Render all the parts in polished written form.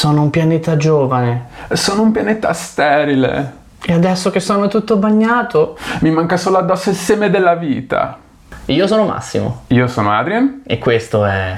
Sono un pianeta giovane. Sono un pianeta sterile. E adesso che sono tutto bagnato? Mi manca solo addosso il seme della vita. Io sono Massimo. Io sono Adrian. E questo è...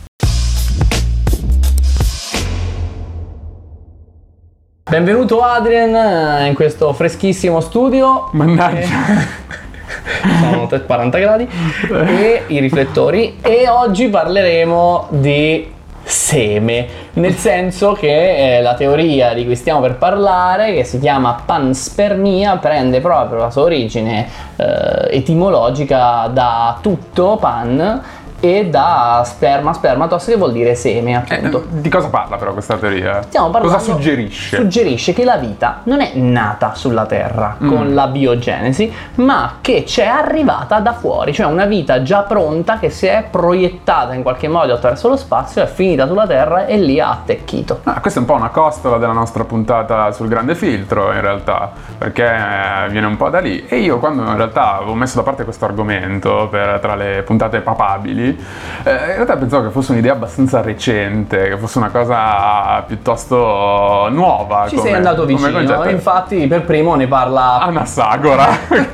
Benvenuto Adrian in questo freschissimo studio. Mannaggia. Sono 40 gradi e i riflettori, e oggi parleremo di seme, nel senso che la teoria di cui stiamo per parlare, che si chiama panspermia, prende proprio la sua origine etimologica da tutto, pan, e da spermatos, che vuol dire seme, appunto. Di cosa parla però questa teoria? Stiamo parlando, cosa suggerisce? Suggerisce che la vita non è nata sulla Terra con la biogenesi, ma che c'è arrivata da fuori, cioè una vita già pronta che si è proiettata in qualche modo attraverso lo spazio, è finita sulla Terra e lì ha attecchito. Questa è un po' una costola della nostra puntata sul grande filtro, in realtà, perché viene un po' da lì. E io, quando in realtà avevo messo da parte questo argomento tra le puntate papabili, in realtà pensavo che fosse un'idea abbastanza recente, che fosse una cosa piuttosto nuova. Ci sei andato vicino, infatti per primo ne parla Anassagora.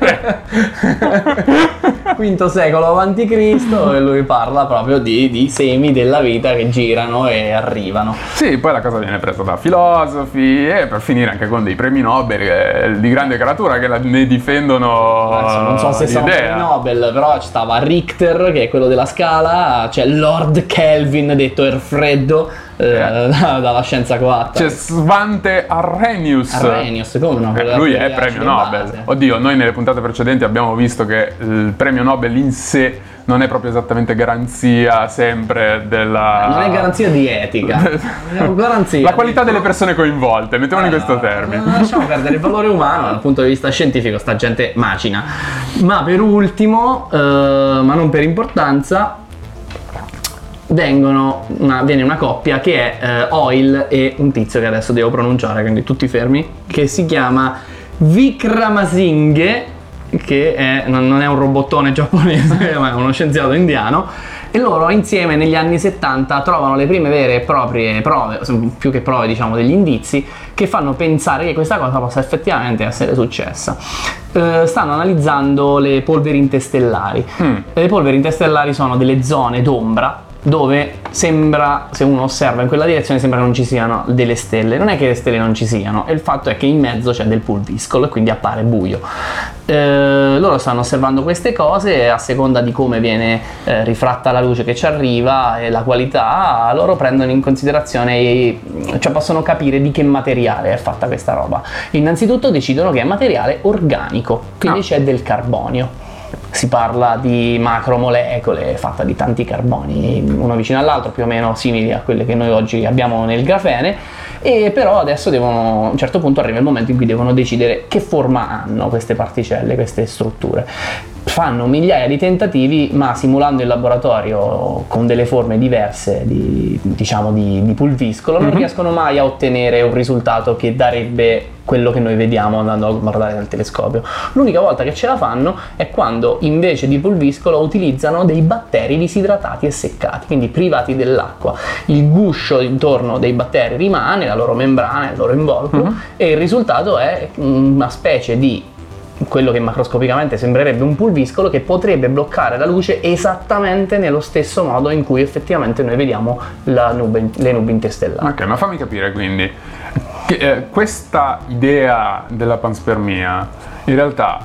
V secolo a.C. e lui parla proprio di semi della vita che girano e arrivano. Sì, poi la cosa viene presa da filosofi e per finire anche con dei premi Nobel di grande caratura che ne difendono. Adesso non so se sono premi Nobel, però ci stava Richter, che è quello della scala, c'è Lord Kelvin, detto Erfreddo, dalla scienza coatta. C'è Svante Arrhenius, come no? Lui è premio Nobel. Oddio, noi nelle puntate precedenti abbiamo visto che il premio Nobel in sé non è proprio esattamente garanzia sempre della... Non è garanzia di etica, è garanzia la qualità delle persone coinvolte, mettiamolo in questo termine. Lasciamo perdere il valore umano dal punto di vista scientifico, sta gente macina. Ma per ultimo, ma non per importanza, viene una coppia che è Oil e un tizio che adesso devo pronunciare, quindi tutti fermi, che si chiama Vikramasinghe, che non è un robottone giapponese, ma è uno scienziato indiano, e loro insieme negli anni 70 trovano le prime vere e proprie prove, più che prove diciamo degli indizi, che fanno pensare che questa cosa possa effettivamente essere successa. Stanno analizzando le polveri interstellari. Le polveri interstellari sono delle zone d'ombra dove sembra, se uno osserva in quella direzione, sembra che non ci siano delle stelle. Non è che le stelle non ci siano, il fatto è che in mezzo c'è del pulviscolo e quindi appare buio. Loro stanno osservando queste cose e a seconda di come viene rifratta la luce che ci arriva e la qualità, loro prendono in considerazione, cioè possono capire di che materiale è fatta questa roba. Innanzitutto decidono che è materiale organico, quindi c'è del carbonio. Si parla di macromolecole fatte di tanti carboni, uno vicino all'altro, più o meno simili a quelle che noi oggi abbiamo nel grafene, e però adesso a un certo punto arriva il momento in cui devono decidere che forma hanno queste particelle, queste strutture. Fanno migliaia di tentativi, ma simulando il laboratorio con delle forme diverse di pulviscolo, non riescono mai a ottenere un risultato che darebbe quello che noi vediamo andando a guardare dal telescopio. L'unica volta che ce la fanno è quando invece di pulviscolo utilizzano dei batteri disidratati e seccati, quindi privati dell'acqua. Il guscio intorno dei batteri rimane, la loro membrana, il loro involucro, e il risultato è una specie di quello che macroscopicamente sembrerebbe un pulviscolo che potrebbe bloccare la luce esattamente nello stesso modo in cui effettivamente noi vediamo le nubi interstellari. Ok, ma fammi capire quindi che, questa idea della panspermia in realtà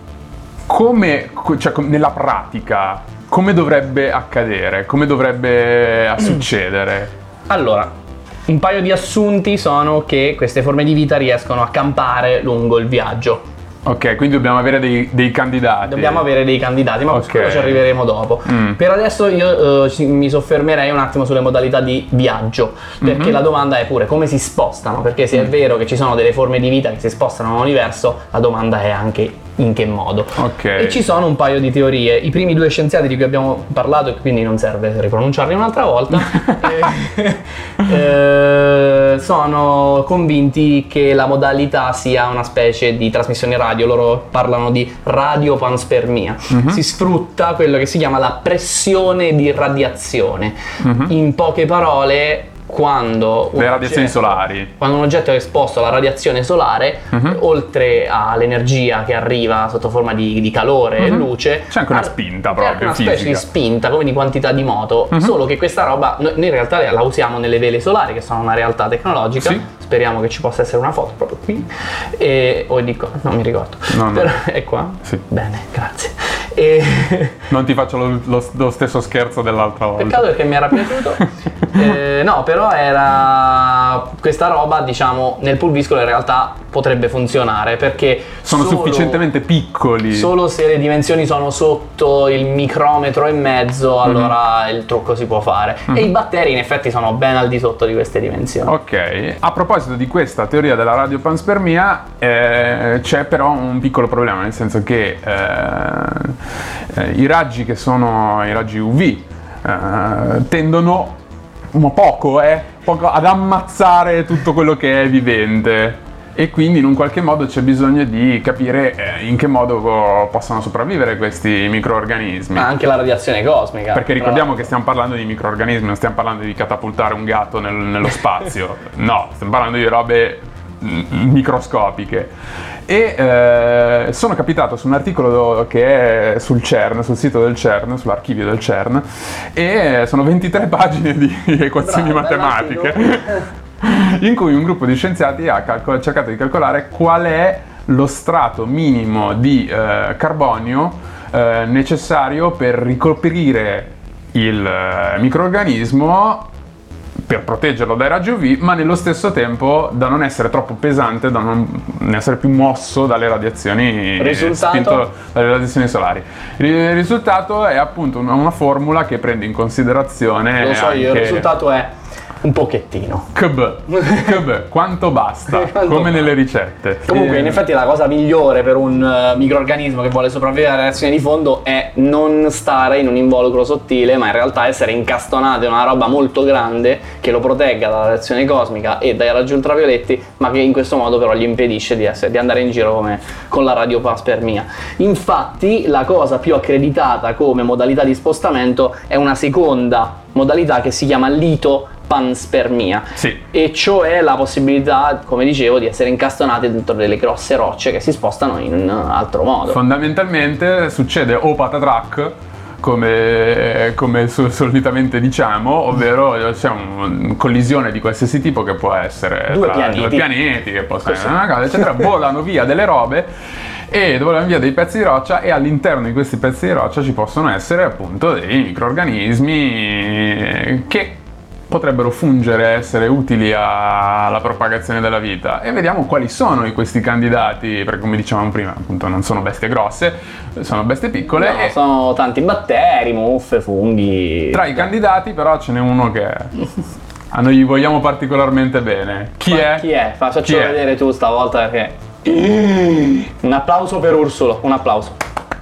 nella pratica come dovrebbe accadere, come dovrebbe succedere? Allora, un paio di assunti sono che queste forme di vita riescono a campare lungo il viaggio. Ok, quindi dobbiamo avere dei candidati. Dobbiamo avere dei candidati, ma quello ci arriveremo dopo. Per adesso io mi soffermerei un attimo sulle modalità di viaggio, perché la domanda è pure come si spostano, perché se è vero che ci sono delle forme di vita che si spostano nell'universo, la domanda è anche in che modo. E ci sono un paio di teorie. I primi due scienziati di cui abbiamo parlato, e quindi non serve ripronunciarli un'altra volta, sono convinti che la modalità sia una specie di trasmissione radio. Loro parlano di radiopanspermia. Si sfrutta quello che si chiama la pressione di radiazione. In poche parole, quando le radiazioni solari. Quando un oggetto è esposto alla radiazione solare, oltre all'energia che arriva sotto forma di calore e luce, c'è anche una spinta c'è proprio una fisica. specie di spinta, come di quantità di moto, solo che questa roba noi in realtà la usiamo nelle vele solari, che sono una realtà tecnologica. Sì. Speriamo che ci possa essere una foto proprio qui. O dico, non mi ricordo. No. Però, è qua? Sì. Bene, grazie. Non ti faccio lo stesso scherzo dell'altra volta. Peccato perché mi era piaciuto. No, però era questa roba, diciamo, nel pulviscolo in realtà potrebbe funzionare, perché sono sufficientemente piccoli. Solo se le dimensioni sono sotto il micrometro e mezzo, allora il trucco si può fare. E i batteri in effetti sono ben al di sotto di queste dimensioni. Ok, a proposito di questa teoria della radiopanspermia, c'è però un piccolo problema, nel senso che i raggi che sono i raggi UV tendono poco ad ammazzare tutto quello che è vivente, e quindi in un qualche modo c'è bisogno di capire in che modo possono sopravvivere questi microorganismi. Ma anche la radiazione cosmica. Perché ricordiamo che stiamo parlando di microorganismi, non stiamo parlando di catapultare un gatto nello spazio. No, stiamo parlando di robe microscopiche. E sono capitato su un articolo che è sul CERN, sul sito del CERN, sull'archivio del CERN, e sono 23 pagine di equazioni matematiche in cui un gruppo di scienziati ha cercato di calcolare qual è lo strato minimo di carbonio necessario per ricoprire il microorganismo, per proteggerlo dai raggi UV, ma nello stesso tempo da non essere troppo pesante, da non essere più mosso dalle radiazioni, spinto dalle radiazioni solari. Il risultato è appunto una formula che prende in considerazione. Lo so io, il risultato è un pochettino. Quanto basta, come nelle ricette. Comunque in effetti la cosa migliore per un microrganismo che vuole sopravvivere alla reazione di fondo è non stare in un involucro sottile, ma in realtà essere incastonato in una roba molto grande che lo protegga dalla reazione cosmica e dai raggi ultravioletti, ma che in questo modo però gli impedisce di andare in giro con la radiopanspermia. Infatti la cosa più accreditata come modalità di spostamento è una seconda modalità che si chiama litopanspermia, e cioè la possibilità, come dicevo, di essere incastonati dentro delle grosse rocce che si spostano in altro modo. Fondamentalmente succede o patatrac, come solitamente diciamo, ovvero c'è una collisione di qualsiasi tipo che può essere due pianeti che possono essere una cosa, eccetera, volano via delle robe e volano via dei pezzi di roccia, e all'interno di questi pezzi di roccia ci possono essere appunto dei microrganismi che potrebbero fungere, essere utili alla propagazione della vita. E vediamo quali sono questi candidati, perché come dicevamo prima, appunto non sono bestie grosse, sono bestie piccole. No, sono tanti batteri, muffe, funghi. Tra i candidati però ce n'è uno che a noi gli vogliamo particolarmente bene. Chi è? Faccio vedere tu stavolta, perché un applauso per Ursulo, un applauso.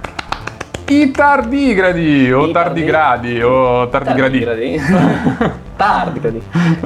I tardigradi o tardigradi o tardigradi. Tardigradi.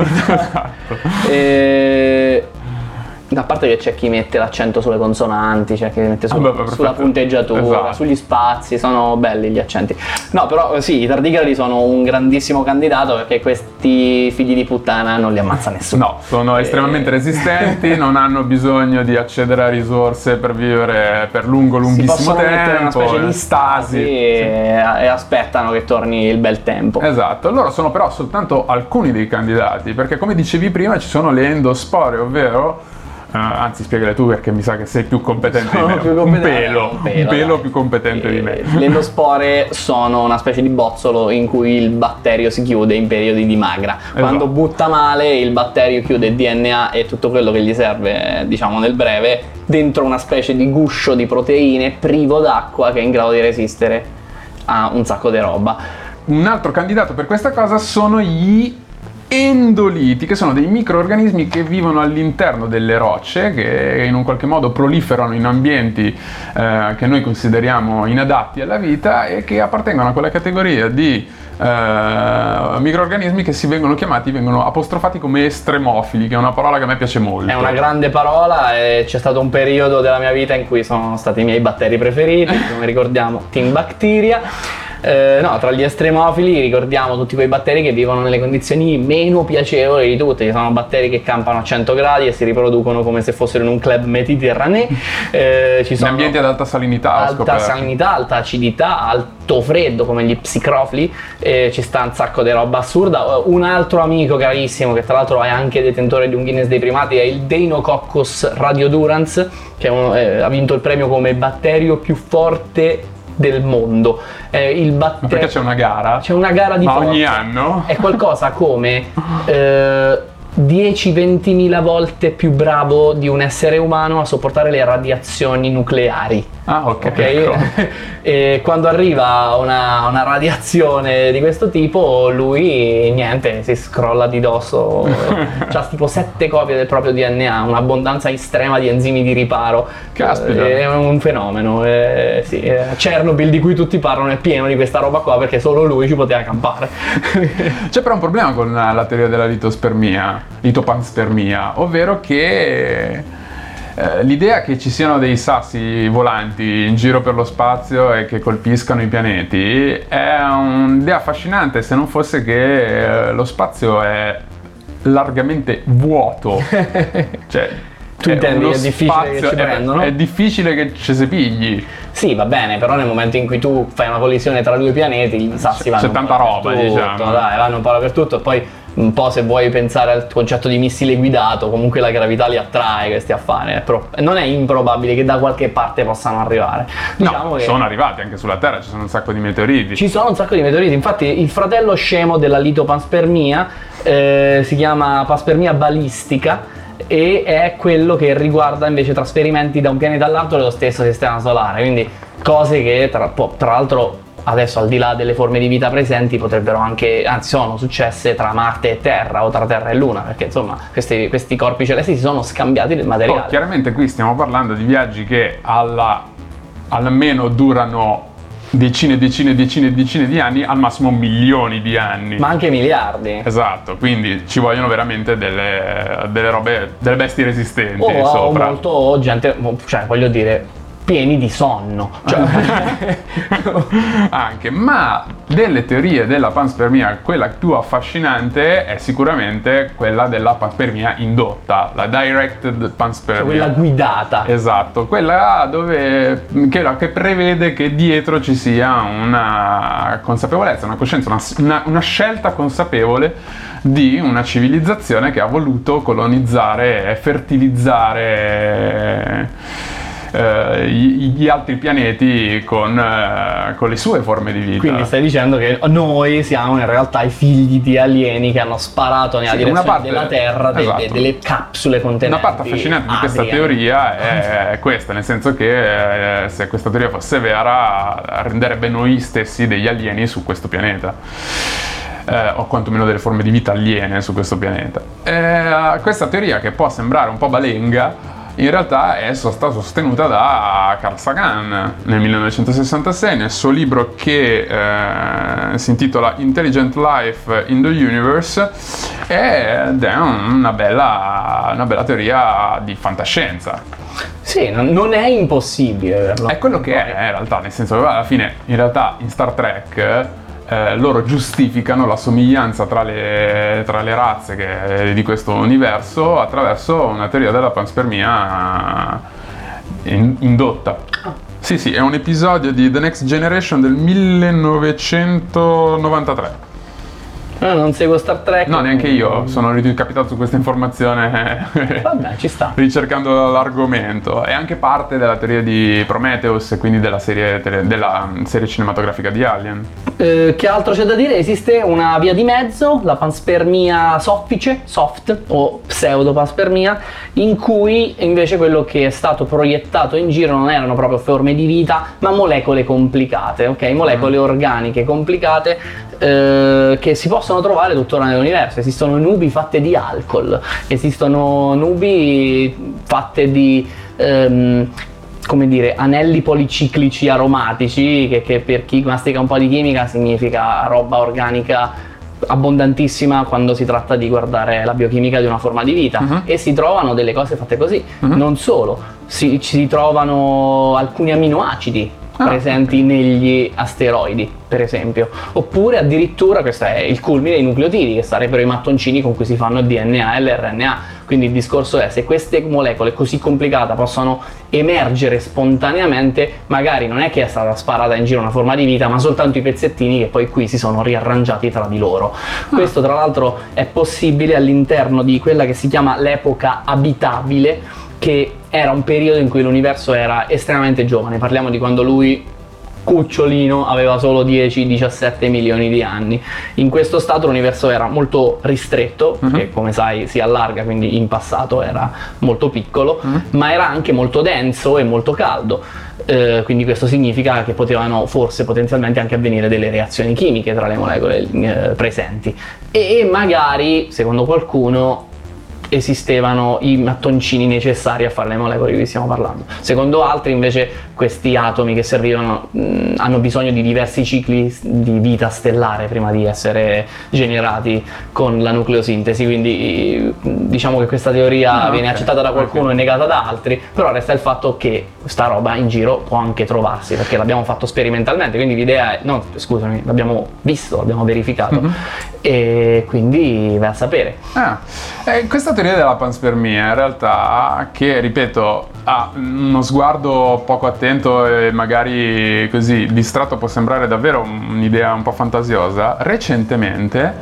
A parte che c'è chi mette l'accento sulle consonanti, c'è chi mette sulla punteggiatura, esatto, sugli spazi, sono belli gli accenti. No, però sì, i tardigradi sono un grandissimo candidato, perché questi figli di puttana non li ammazza nessuno. No, sono estremamente resistenti, non hanno bisogno di accedere a risorse per vivere per lunghissimo tempo, una specie di stasi e aspettano che torni il bel tempo. Esatto, loro sono però soltanto alcuni dei candidati, perché come dicevi prima ci sono le endospore, ovvero anzi spiegale tu, perché mi sa che sei più competente di me. Un pelo più competente di me. Le endospore sono una specie di bozzolo in cui il batterio si chiude in periodi di magra. Quando butta male, il batterio chiude il DNA e tutto quello che gli serve, diciamo nel breve, dentro una specie di guscio di proteine privo d'acqua, che è in grado di resistere a un sacco di roba. Un altro candidato per questa cosa sono gli endoliti, che sono dei microorganismi che vivono all'interno delle rocce, che in un qualche modo proliferano in ambienti che noi consideriamo inadatti alla vita, e che appartengono a quella categoria di microorganismi che vengono apostrofati come estremofili, che è una parola che a me piace molto. È una grande parola, e c'è stato un periodo della mia vita in cui sono stati i miei batteri preferiti, come ricordiamo Team Bacteria. No, tra gli estremofili ricordiamo tutti quei batteri che vivono nelle condizioni meno piacevoli di tutte. Ci sono batteri che campano a 100 gradi e si riproducono come se fossero in un club mediterraneo. Ci sono in ambienti ad alta salinità, alta salinità, alta acidità, alto freddo come gli psicrofili, ci sta un sacco di roba assurda. Un altro amico carissimo che tra l'altro è anche detentore di un Guinness dei primati è il Deinococcus radiodurans, che ha vinto il premio come batterio più forte del mondo. Ma perché c'è una gara? C'è una gara di forza. Ogni anno? È qualcosa come 10-20.000 volte più bravo di un essere umano a sopportare le radiazioni nucleari. Ah, ok. Ecco. E quando arriva una radiazione di questo tipo, lui niente, si scrolla di dosso. C'ha tipo 7 copie del proprio DNA, un'abbondanza estrema di enzimi di riparo. Caspita. È un fenomeno. Sì, Chernobyl, di cui tutti parlano, è pieno di questa roba qua perché solo lui ci poteva campare. C'è però un problema con la teoria della litopanspermia, ovvero che l'idea che ci siano dei sassi volanti in giro per lo spazio e che colpiscano i pianeti è un'idea affascinante, se non fosse che lo spazio è largamente vuoto. Cioè, tu intendi che è difficile che ci prendono? È difficile che ci si pigli. Sì, va bene, però nel momento in cui tu fai una collisione tra due pianeti, i sassi vanno c'è tanta roba, diciamo. Dai, vanno un po' dappertutto, e poi un po' se vuoi pensare al concetto di missile guidato, comunque la gravità li attrae questi affari, non è improbabile che da qualche parte possano arrivare. Diciamo no, che sono arrivati anche sulla Terra, ci sono un sacco di meteoriti. Ci sono un sacco di meteoriti, infatti il fratello scemo della litopanspermia si chiama panspermia balistica e è quello che riguarda invece trasferimenti da un pianeta all'altro dello stesso sistema solare, quindi cose che tra l'altro adesso, al di là delle forme di vita presenti, potrebbero anche, anzi sono successe tra Marte e Terra o tra Terra e Luna, perché insomma questi corpi celesti si sono scambiati del materiale. Chiaramente qui stiamo parlando di viaggi che almeno durano decine di anni, al massimo milioni di anni. Ma anche miliardi. Esatto, quindi ci vogliono veramente delle robe, delle bestie resistenti sopra. Molto gente, cioè voglio dire, pieni di sonno, anche, ma delle teorie della panspermia, quella più affascinante è sicuramente quella della panspermia indotta, la directed panspermia, cioè quella guidata. Esatto, quella che prevede che dietro ci sia una consapevolezza, una coscienza, una scelta consapevole di una civilizzazione che ha voluto colonizzare e fertilizzare gli altri pianeti con le sue forme di vita. Quindi stai dicendo che noi siamo in realtà i figli di alieni che hanno sparato nella direzione della Terra esatto, delle capsule contenenti. Una parte affascinante di questa teoria è questa, nel senso che se questa teoria fosse vera renderebbe noi stessi degli alieni su questo pianeta. O quantomeno delle forme di vita aliene su questo pianeta. Questa teoria, che può sembrare un po' balenga, in realtà è stata sostenuta da Carl Sagan nel 1966 nel suo libro che si intitola Intelligent Life in the Universe, ed è una bella teoria di fantascienza. Sì, non è impossibile averlo. È quello che è in realtà, nel senso che alla fine in realtà in Star Trek loro giustificano la somiglianza tra le razze di questo universo attraverso una teoria della panspermia indotta. Sì, è un episodio di The Next Generation del 1993. Non seguo Star Trek. No, neanche io, sono ricapitato su questa informazione vabbè, ci sta, ricercando l'argomento. È anche parte della teoria di Prometheus e quindi della serie cinematografica di Alien. Che altro c'è da dire? Esiste una via di mezzo, la panspermia soffice, soft o pseudopanspermia, in cui invece quello che è stato proiettato in giro non erano proprio forme di vita, ma molecole complicate, ok? Molecole organiche complicate che si possono trovare tuttora nell'universo. Esistono nubi fatte di alcol, esistono nubi fatte di come dire, anelli policiclici aromatici, che per chi mastica un po' di chimica significa roba organica abbondantissima quando si tratta di guardare la biochimica di una forma di vita. E si trovano delle cose fatte così. Non solo, ci si trovano alcuni aminoacidi presenti negli asteroidi, per esempio. Oppure addirittura, questo è il culmine, i nucleotidi, che sarebbero i mattoncini con cui si fanno il DNA e l'RNA. Quindi il discorso è, se queste molecole così complicate possono emergere spontaneamente, magari non è che è stata sparata in giro una forma di vita, ma soltanto i pezzettini che poi qui si sono riarrangiati tra di loro. Questo tra l'altro è possibile all'interno di quella che si chiama l'epoca abitabile, che era un periodo in cui l'universo era estremamente giovane. Parliamo di quando lui, cucciolino, aveva solo 10-17 milioni di anni. In questo stato l'universo era molto ristretto, che come sai si allarga, quindi in passato era molto piccolo, ma era anche molto denso e molto caldo. Quindi questo significa che potevano forse potenzialmente anche avvenire delle reazioni chimiche tra le molecole presenti, e magari, secondo qualcuno, esistevano i mattoncini necessari a fare le molecole di cui stiamo parlando. Secondo altri invece questi atomi che servivano hanno bisogno di diversi cicli di vita stellare prima di essere generati con la nucleosintesi, quindi diciamo che questa teoria viene accettata da qualcuno e negata da altri, però resta il fatto che sta roba in giro può anche trovarsi, perché l'abbiamo fatto sperimentalmente, quindi l'idea è, no scusami, l'abbiamo visto, l'abbiamo verificato, e quindi vai a sapere. Questa teoria della panspermia in realtà, che ripeto, a uno sguardo poco attento e magari così distratto può sembrare davvero un'idea un po' fantasiosa, recentemente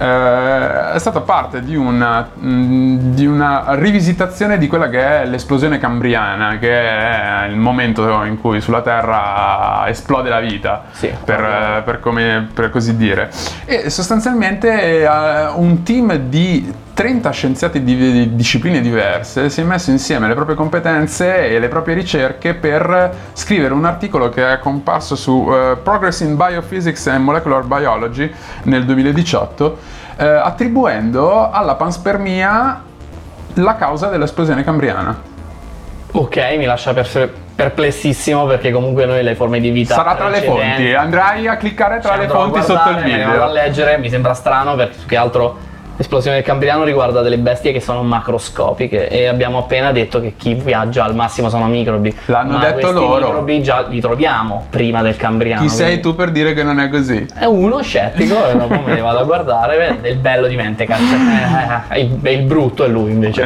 è stata parte di una rivisitazione di quella che è l'esplosione cambriana, che è il momento in cui sulla Terra esplode la vita, per così dire. E sostanzialmente un team di 30 scienziati di discipline diverse si è messo insieme le proprie competenze e le proprie ricerche per scrivere un articolo che è comparso su Progress in Biophysics and Molecular Biology nel 2018, attribuendo alla panspermia la causa dell'esplosione cambriana. Ok, mi lascia perplessissimo, perché comunque noi le forme di vita sarà tra le fonti, andrai a cliccare tra le fonti sotto il video. Me ne vado a leggere, mi sembra strano perché più che altro l'esplosione del Cambriano riguarda delle bestie che sono macroscopiche, e abbiamo appena detto che chi viaggia al massimo sono microbi. L'hanno detto loro. I microbi già li troviamo prima del Cambriano. Chi sei tu per dire che non è così? È uno scettico e dopo me ne vado a guardare, il bello di Mentecast, il brutto è lui invece.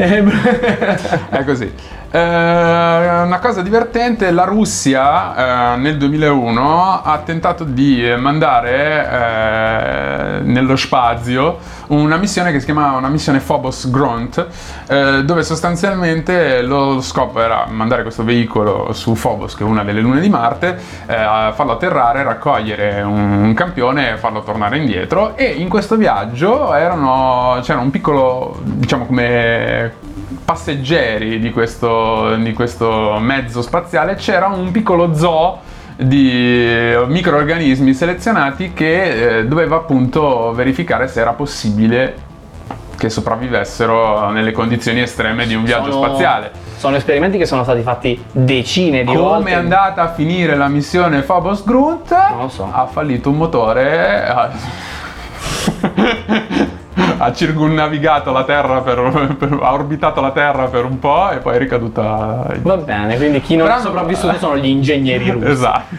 È così. Una cosa divertente, la Russia nel 2001 ha tentato di mandare nello spazio una missione che si chiamava una missione Phobos Grunt, dove sostanzialmente lo scopo era mandare questo veicolo su Phobos, che è una delle lune di Marte, farlo atterrare, raccogliere un campione e farlo tornare indietro. E in questo viaggio c'era un piccolo, diciamo, come passeggeri di questo mezzo spaziale, c'era un piccolo zoo di microorganismi selezionati che doveva appunto verificare se era possibile che sopravvivessero nelle condizioni estreme di un viaggio spaziale. Sono esperimenti che sono stati fatti decine di volte. Come è andata a finire la missione Phobos Grunt? Non lo so. Ha fallito un motore. Ha circumnavigato la Terra, ha orbitato la Terra per un po' e poi è ricaduta. Va bene, quindi chi non è sopravvissuto sono gli ingegneri russi.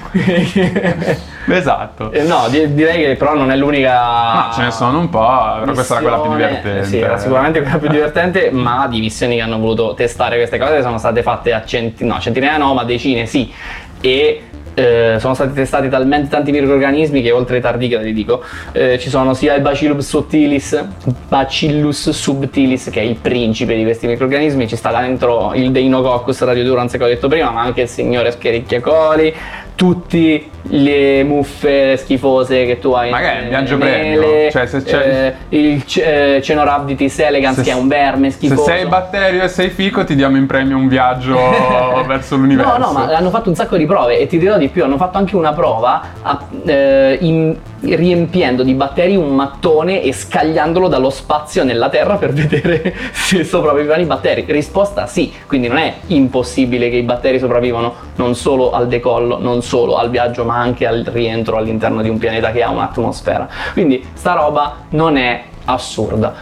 Esatto. No, direi che però non è l'unica. Ma ce ne sono un po', però questa era quella più divertente. Sì, era sicuramente quella più divertente, ma di missioni che hanno voluto testare queste cose sono state fatte a centinaia no, ma decine sì. E sono stati testati talmente tanti microrganismi che oltre ai tardighe, vi dico, ci sono sia il Bacillus subtilis, che è il principe di questi microrganismi, ci sta dentro il Deinococcus radiodurans che ho detto prima, ma anche il signore Escherichia coli, tutte le muffe schifose che tu hai. Magari il viaggio premio, cioè se c'è il Cenorhabditis elegans, che è un verme schifoso. Se sei batterio e sei fico ti diamo in premio un viaggio verso l'universo. No, ma hanno fatto un sacco di prove, e ti dirò di più, hanno fatto anche una prova riempiendo di batteri un mattone e scagliandolo dallo spazio nella Terra per vedere se sopravvivevano i batteri. Risposta sì, quindi non è impossibile che i batteri sopravvivano non solo al decollo, non solo al viaggio, ma anche al rientro all'interno di un pianeta che ha un'atmosfera. Quindi sta roba non è assurda.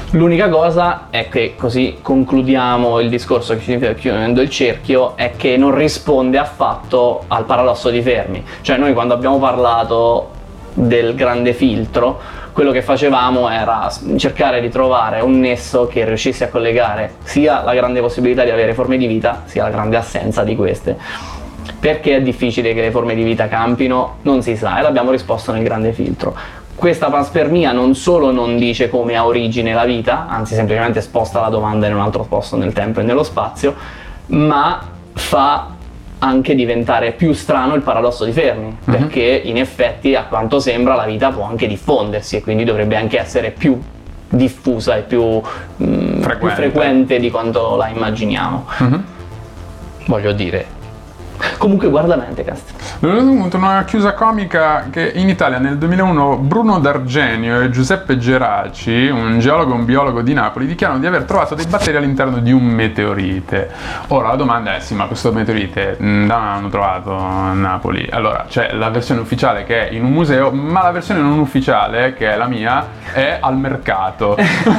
L'unica cosa è che, così concludiamo il discorso che ci sta chiudendo il cerchio, è che non risponde affatto al paradosso di Fermi. Cioè noi quando abbiamo parlato del grande filtro, quello che facevamo era cercare di trovare un nesso che riuscisse a collegare sia la grande possibilità di avere forme di vita, sia la grande assenza di queste. Perché è difficile che le forme di vita campino? Non si sa, e l'abbiamo risposto nel grande filtro. Questa panspermia non solo non dice come ha origine la vita, anzi semplicemente sposta la domanda in un altro posto nel tempo e nello spazio, ma fa anche diventare più strano il paradosso di Fermi, perché in effetti, a quanto sembra, la vita può anche diffondersi e quindi dovrebbe anche essere più diffusa e più frequente di quanto la immaginiamo. Voglio dire. Comunque guarda Mentecast. Una chiusa comica che in Italia nel 2001 Bruno D'Argenio e Giuseppe Geraci, un geologo e un biologo di Napoli, dichiarano di aver trovato dei batteri all'interno di un meteorite. Ora la domanda è: sì, ma questo meteorite dove hanno trovato a Napoli? Allora, c'è la versione ufficiale che è in un museo, ma la versione non ufficiale, che è la mia, è al mercato.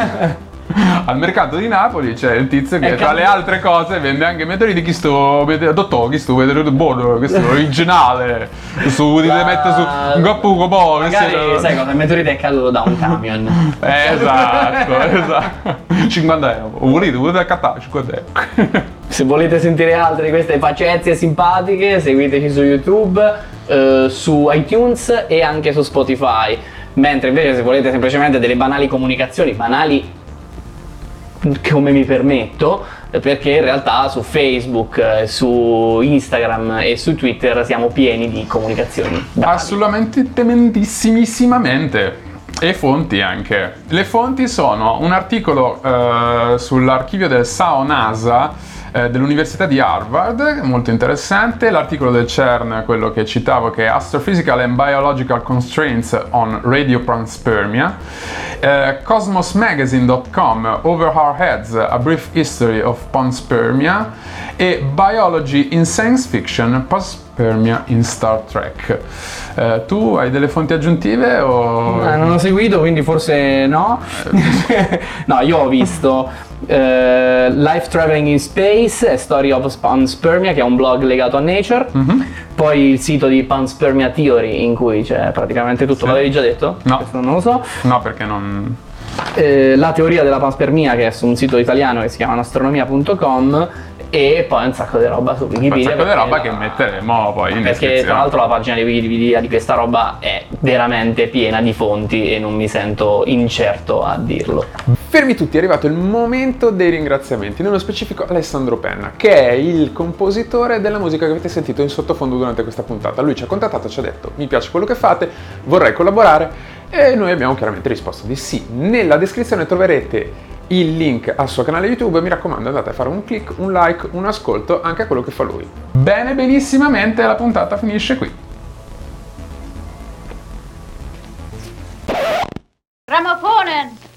Al mercato di Napoli c'è il tizio che tra le altre cose vende anche meteoriti. Chi sto dottore, chi sto meteorite buono, questo è originale, questo potete mettere su un cappuco poi magari sai cosa, il meteorite è caduto da un camion. esatto 50 euro, volete accattare 50 euro. Se volete sentire altre di queste facezie simpatiche, seguiteci su YouTube, su iTunes e anche su Spotify. Mentre invece se volete semplicemente delle banali comunicazioni, banali come mi permetto, perché in realtà su Facebook, su Instagram e su Twitter siamo pieni di comunicazioni banali. Assolutamente tementissimamente. E fonti anche. Le fonti sono un articolo sull'archivio del SAO NASA dell'Università di Harvard, molto interessante, l'articolo del CERN, quello che citavo, che è Astrophysical and Biological Constraints on Radiopanspermia, cosmosmagazine.com, Over Our Heads, A Brief History of Panspermia, e Biology in Science Fiction, Panspermia in Star Trek. Tu hai delle fonti aggiuntive o... non ho seguito, quindi forse no. No, io ho visto Life Traveling in Space, A Story of Panspermia, che è un blog legato a Nature. Poi il sito di Panspermia Theory, in cui c'è praticamente tutto. L'avevi già detto? No. Questo non lo so. No, perché non... La teoria della panspermia, che è su un sito italiano che si chiama astronomia.com, e poi un sacco di roba su Wikipedia. Un sacco di roba che metteremo poi in descrizione. Perché tra l'altro la pagina di Wikipedia di questa roba è veramente piena di fonti e non mi sento incerto a dirlo. Fermi tutti, è arrivato il momento dei ringraziamenti, nello specifico Alessandro Penna, che è il compositore della musica che avete sentito in sottofondo durante questa puntata. Lui ci ha contattato, ci ha detto: mi piace quello che fate, vorrei collaborare, e noi abbiamo chiaramente risposto di sì. Nella descrizione troverete il link al suo canale YouTube e mi raccomando, andate a fare un click, un like, un ascolto anche a quello che fa lui. Bene, benissimamente, la puntata finisce qui. Grammofonen!